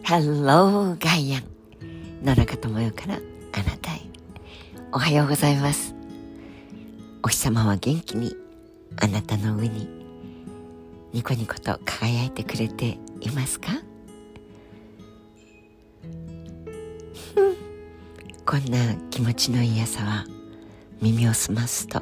ハローガイアン、野中智代からあなたへ。おはようございます。お日様は元気にあなたの上にニコニコと輝いてくれていますか？こんな気持ちのいい朝は耳を澄ますと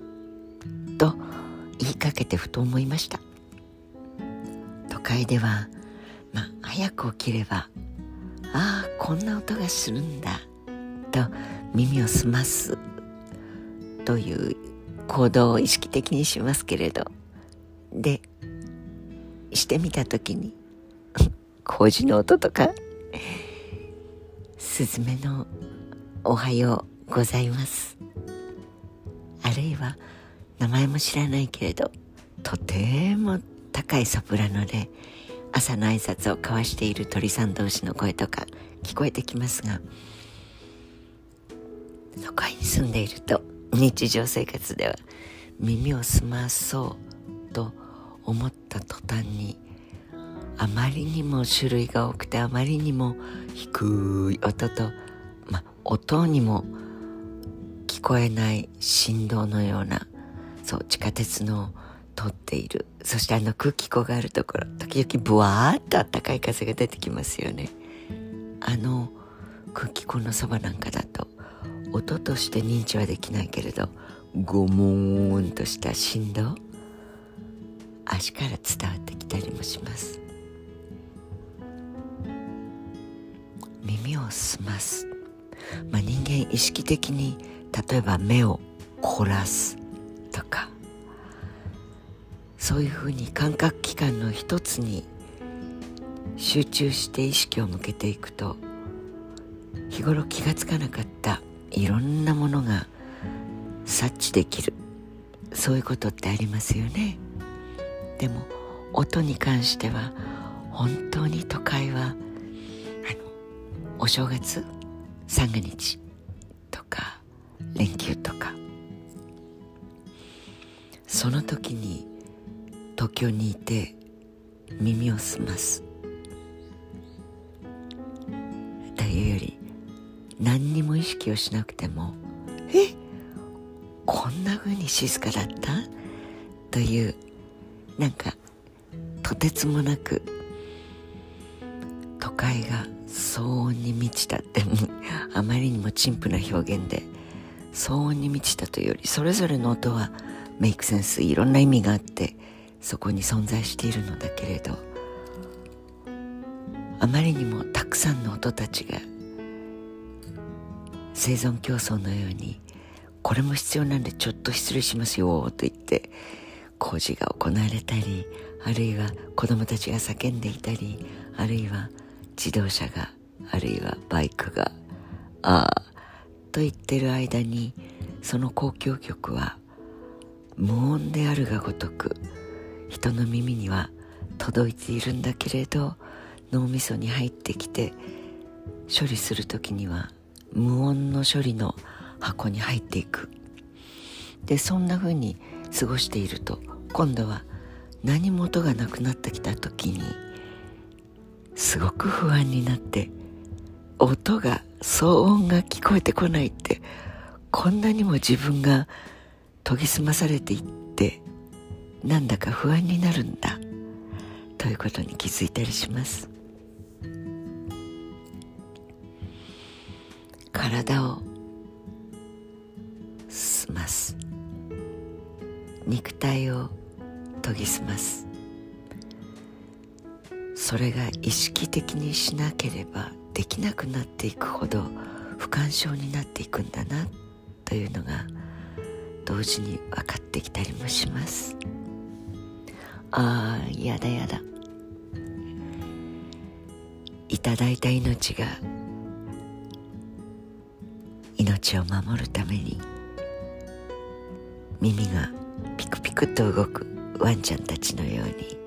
言いかけてふと思いました。都会では早く起きればこんな音がするんだと耳を澄ますという行動を意識的にしますけれど、でしてみたときに麹の音とかスズメのおはようございます、あるいは名前も知らないけれどとても高いソプラノで朝の挨拶を交わしている鳥さん同士の声とか聞こえてきますが、都会に住んでいると日常生活では耳を澄まそうと思った途端にあまりにも種類が多くて、あまりにも低い音と、音にも聞こえない振動のような、地下鉄の通っている、そして空気口があるところ、時々ブワーッと暖かい風が出てきますよね。空気口のそばなんかだと音として認知はできないけれど、ゴモーンとした振動、足から伝わってきたりもします。耳を澄ます、人間意識的に例えば目を凝らすとか、そういうふうに感覚器官の一つに集中して意識を向けていくと、日頃気がつかなかったいろんなものが察知できる、そういうことってありますよね。でも音に関しては本当に都会はお正月、三が日とか連休とか、その時に東京にいて耳を澄ますというより、何にも意識をしなくてもこんな風に静かだったという、とてつもなく都会が騒音に満ちたってあまりにも陳腐な表現で、騒音に満ちたというより、それぞれの音はメイクセンス、いろんな意味があってそこに存在しているのだけれど、あまりにもたくさんの音たちが生存競争のように、これも必要なんでちょっと失礼しますよと言って工事が行われたり、あるいは子供たちが叫んでいたり、あるいは自動車が、あるいはバイクがと言ってる間に、その交響曲は無音であるがごとく人の耳には届いているんだけれど、脳みそに入ってきて処理するときには無音の処理の箱に入っていく。でそんな風に過ごしていると、今度は何も音がなくなってきたときにすごく不安になって、騒音が聞こえてこないって、こんなにも自分が研ぎ澄まされていってなんだか不安になるんだということに気づいたりします。体を澄ます、肉体を研ぎ澄ます、それが意識的にしなければできなくなっていくほど不干渉になっていくんだなというのが同時に分かってきたりもします。やだいただいた命が命を守るために耳がピクピクと動くワンちゃんたちのように、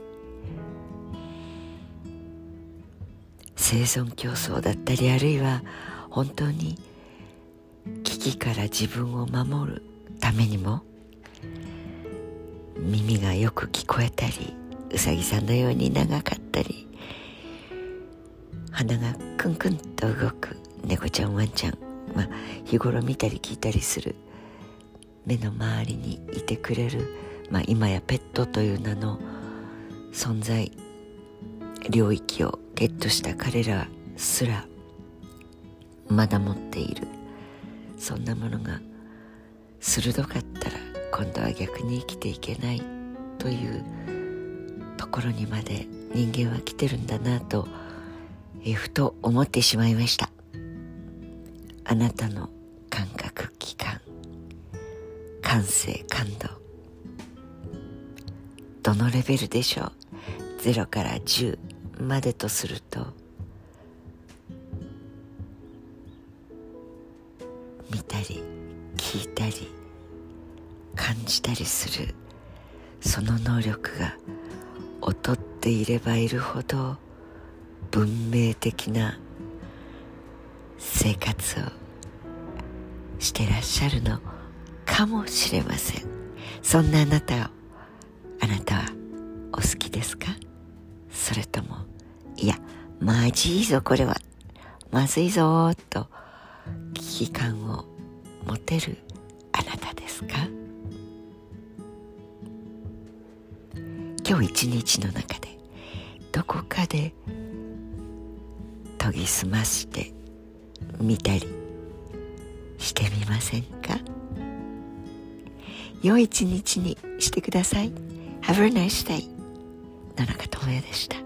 生存競争だったり、あるいは本当に危機から自分を守るためにも耳がよく聞こえたり、うさぎさんのように長かったり、 鼻がクンクンと動く猫ちゃんワンちゃん、日頃見たり聞いたりする目の周りにいてくれる、今やペットという名の存在領域をゲットした彼らすらまだ持っている、そんなものが鋭かったら今度は逆に生きていけないというところにまで人間は来てるんだなと、ふと思ってしまいました。あなたの感覚器官、感性感度、どのレベルでしょう。0から10までとすると、見たり聞いたり感じたりするその能力が劣っていればいるほど文明的な生活をしてらっしゃるのかもしれません。そんなあなたはお好きですか？それとも、いやマジいいぞこれはまずいぞと危機感を持てるあなたですか？今日一日の中でどこかで研ぎ澄ましてみたりしてみませんか？良い一日にしてください。Have a nice day。野中智也でした。